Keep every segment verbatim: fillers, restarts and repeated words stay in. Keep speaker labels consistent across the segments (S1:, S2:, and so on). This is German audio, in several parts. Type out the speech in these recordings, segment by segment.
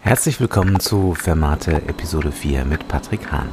S1: Herzlich willkommen zu Fermate Episode vier mit Patrick Hahn.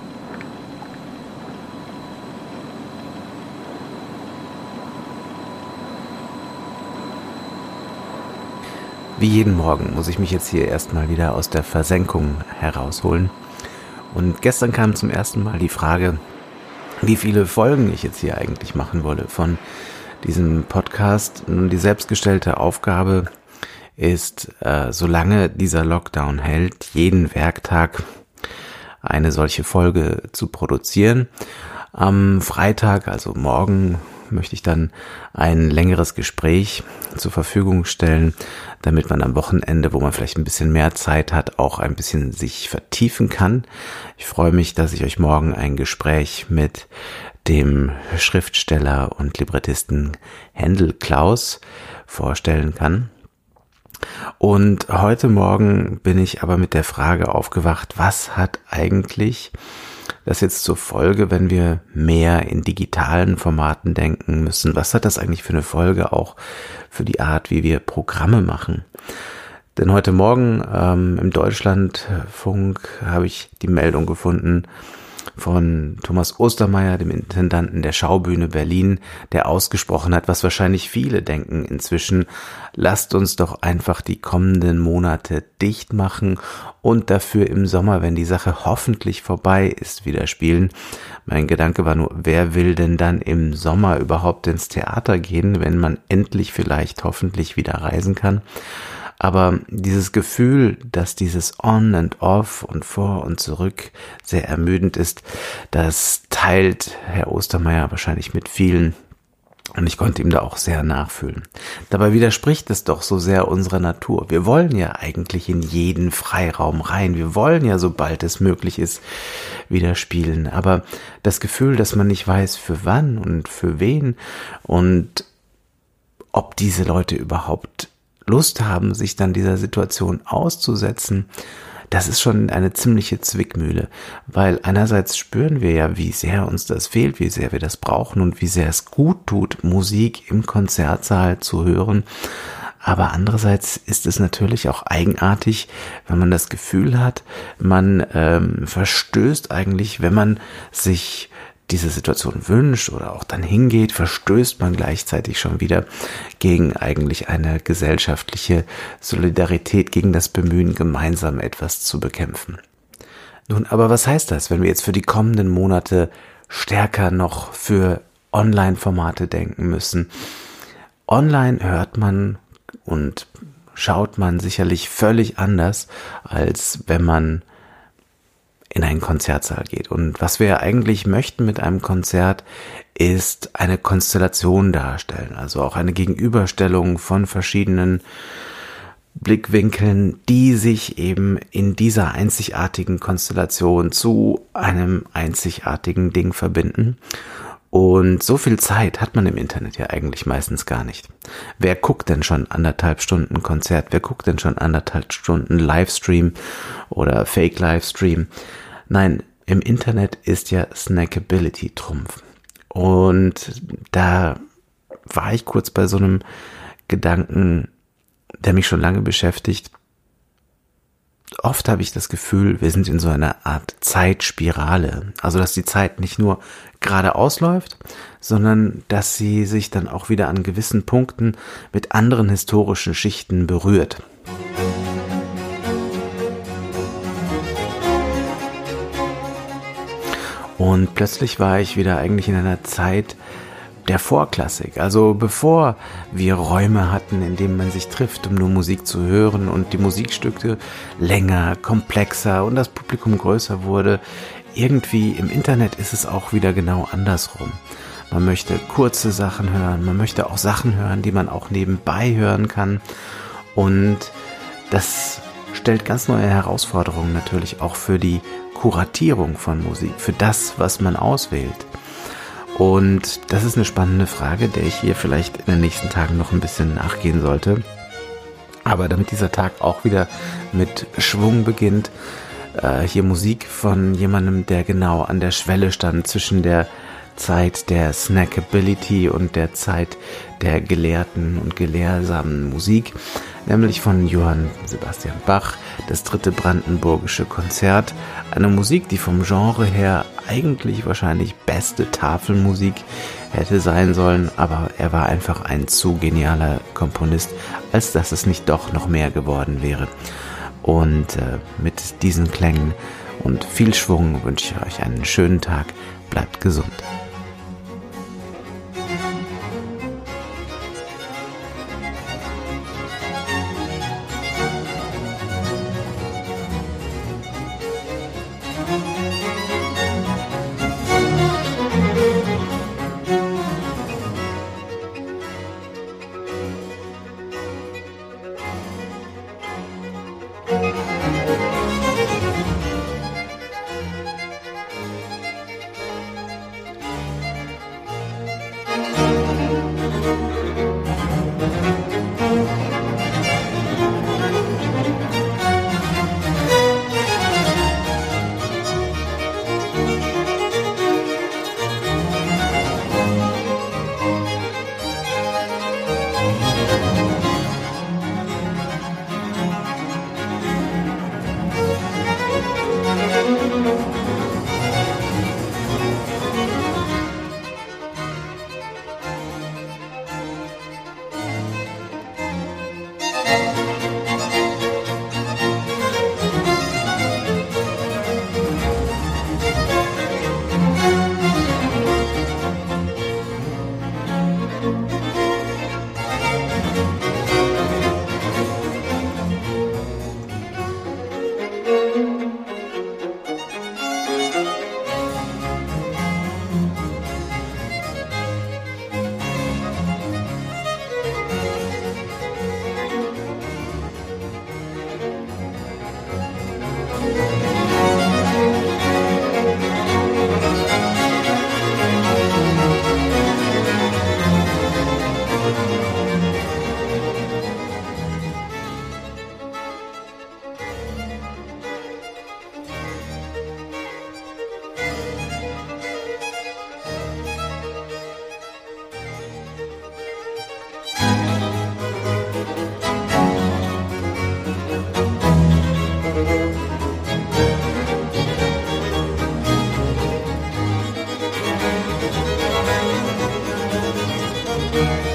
S1: Wie jeden Morgen muss ich mich jetzt hier erstmal wieder aus der Versenkung herausholen. Und gestern kam zum ersten Mal die Frage, wie viele Folgen ich jetzt hier eigentlich machen wolle von diesem Podcast. Nun, die selbstgestellte Aufgabe ist, äh, solange dieser Lockdown hält, jeden Werktag eine solche Folge zu produzieren. Am Freitag, also morgen, möchte ich dann ein längeres Gespräch zur Verfügung stellen, damit man am Wochenende, wo man vielleicht ein bisschen mehr Zeit hat, auch ein bisschen sich vertiefen kann. Ich freue mich, dass ich euch morgen ein Gespräch mit dem Schriftsteller und Librettisten Händel Klaus vorstellen kann. Und heute Morgen bin ich aber mit der Frage aufgewacht, was hat eigentlich das jetzt zur Folge, wenn wir mehr in digitalen Formaten denken müssen? Was hat das eigentlich für eine Folge auch für die Art, wie wir Programme machen? Denn heute Morgen ähm, im Deutschlandfunk habe ich die Meldung gefunden von Thomas Ostermeier, dem Intendanten der Schaubühne Berlin, der ausgesprochen hat, was wahrscheinlich viele denken inzwischen: Lasst uns doch einfach die kommenden Monate dicht machen und dafür im Sommer, wenn die Sache hoffentlich vorbei ist, wieder spielen. Mein Gedanke war nur, wer will denn dann im Sommer überhaupt ins Theater gehen, wenn man endlich vielleicht hoffentlich wieder reisen kann? Aber dieses Gefühl, dass dieses On and Off und vor und zurück sehr ermüdend ist, das teilt Herr Ostermeier wahrscheinlich mit vielen. Und ich konnte ihm da auch sehr nachfühlen. Dabei widerspricht es doch so sehr unserer Natur. Wir wollen ja eigentlich in jeden Freiraum rein. Wir wollen ja, sobald es möglich ist, wieder spielen. Aber das Gefühl, dass man nicht weiß, für wann und für wen und ob diese Leute überhaupt Lust haben, sich dann dieser Situation auszusetzen, das ist schon eine ziemliche Zwickmühle, weil einerseits spüren wir ja, wie sehr uns das fehlt, wie sehr wir das brauchen und wie sehr es gut tut, Musik im Konzertsaal zu hören. Aber andererseits ist es natürlich auch eigenartig, wenn man das Gefühl hat, man ähm, verstößt eigentlich, wenn man sich diese Situation wünscht oder auch dann hingeht, verstößt man gleichzeitig schon wieder gegen eigentlich eine gesellschaftliche Solidarität, gegen das Bemühen, gemeinsam etwas zu bekämpfen. Nun, aber was heißt das, wenn wir jetzt für die kommenden Monate stärker noch für Online-Formate denken müssen? Online hört man und schaut man sicherlich völlig anders, als wenn man in einen Konzertsaal geht. Und was wir eigentlich möchten mit einem Konzert, ist eine Konstellation darstellen, also auch eine Gegenüberstellung von verschiedenen Blickwinkeln, die sich eben in dieser einzigartigen Konstellation zu einem einzigartigen Ding verbinden. Und so viel Zeit hat man im Internet ja eigentlich meistens gar nicht. Wer guckt denn schon anderthalb Stunden Konzert? Wer guckt denn schon anderthalb Stunden Livestream oder Fake-Livestream? Nein, im Internet ist ja Snackability Trumpf. Und da war ich kurz bei so einem Gedanken, der mich schon lange beschäftigt. Oft habe ich das Gefühl, wir sind in so einer Art Zeitspirale. Also, dass die Zeit nicht nur geradeaus läuft, sondern dass sie sich dann auch wieder an gewissen Punkten mit anderen historischen Schichten berührt. Und plötzlich war ich wieder eigentlich in einer Zeit der Vorklassik, also bevor wir Räume hatten, in denen man sich trifft, um nur Musik zu hören und die Musikstücke länger, komplexer und das Publikum größer wurde. Irgendwie im Internet ist es auch wieder genau andersrum. Man möchte kurze Sachen hören, man möchte auch Sachen hören, die man auch nebenbei hören kann, und das stellt ganz neue Herausforderungen natürlich auch für die Kuratierung von Musik, für das, was man auswählt. Und das ist eine spannende Frage, der ich hier vielleicht in den nächsten Tagen noch ein bisschen nachgehen sollte. Aber damit dieser Tag auch wieder mit Schwung beginnt, äh, hier Musik von jemandem, der genau an der Schwelle stand zwischen der Zeit der Snackability und der Zeit der gelehrten und gelehrsamen Musik, nämlich von Johann Sebastian Bach, das dritte Brandenburgische Konzert. Eine Musik, die vom Genre her eigentlich wahrscheinlich beste Tafelmusik hätte sein sollen, aber er war einfach ein zu genialer Komponist, als dass es nicht doch noch mehr geworden wäre. Und äh, mit diesen Klängen und viel Schwung wünsche ich euch einen schönen Tag. Bleibt gesund.
S2: Musik.